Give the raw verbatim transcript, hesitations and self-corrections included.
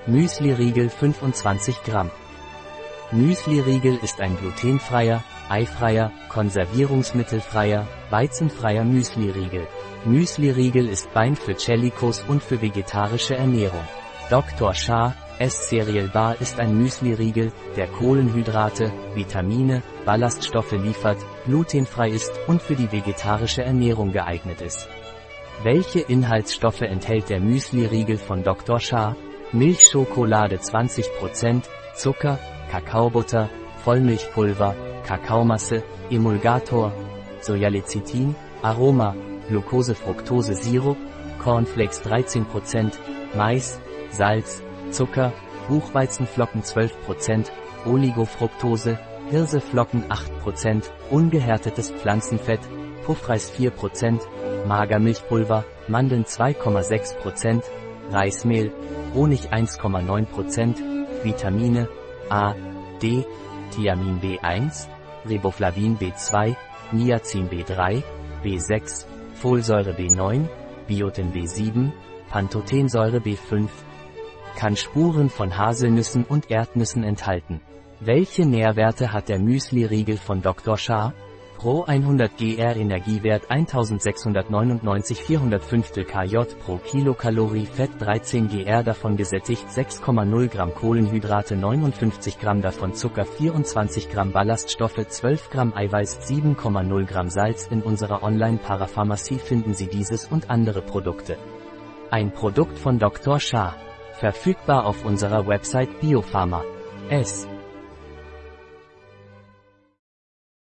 Müsli-Riegel fünfundzwanzig Gramm. Müsli-Riegel ist ein glutenfreier, eifreier, konservierungsmittelfreier, weizenfreier Müsli-Riegel. Müsli-Riegel ist Bein für Cellicos und für vegetarische Ernährung. Doktor Shah S-Cereal Bar ist ein Müsli-Riegel, der Kohlenhydrate, Vitamine, Ballaststoffe liefert, glutenfrei ist und für die vegetarische Ernährung geeignet ist. Welche Inhaltsstoffe enthält der Müsli-Riegel von Doktor Shah? Milchschokolade zwanzig Prozent, Zucker, Kakaobutter, Vollmilchpulver, Kakaomasse, Emulgator, Sojalecithin, Aroma, Glucose-Fructose-Sirup, Cornflakes dreizehn Prozent, Mais, Salz, Zucker, Buchweizenflocken zwölf Prozent, Oligofructose, Hirseflocken acht Prozent, ungehärtetes Pflanzenfett, Puffreis vier Prozent, Magermilchpulver, Mandeln zwei Komma sechs Prozent, Reismehl, Honig eins Komma neun Prozent, Vitamine A, D, Thiamin B eins, Riboflavin B zwei, Niacin B drei, B sechs, Folsäure B neun, Biotin B sieben, Pantothensäure B fünf. Kann Spuren von Haselnüssen und Erdnüssen enthalten. Welche Nährwerte hat der Müsli-Riegel von Doktor Shah? Pro hundert Gramm Energiewert eintausendsechshundertneunundneunzig vierhundertfünftel Kalorien pro Kilokalorie, Fett dreizehn Gramm davon gesättigt, sechs Komma null Gramm Kohlenhydrate, neunundfünfzig Gramm davon Zucker, vierundzwanzig Gramm Ballaststoffe, zwölf Gramm Eiweiß, sieben Komma null Gramm Salz. In unserer Online-Parapharmacie finden Sie dieses und andere Produkte. Ein Produkt von Doktor Shah. Verfügbar auf unserer Website biopharma punkt es.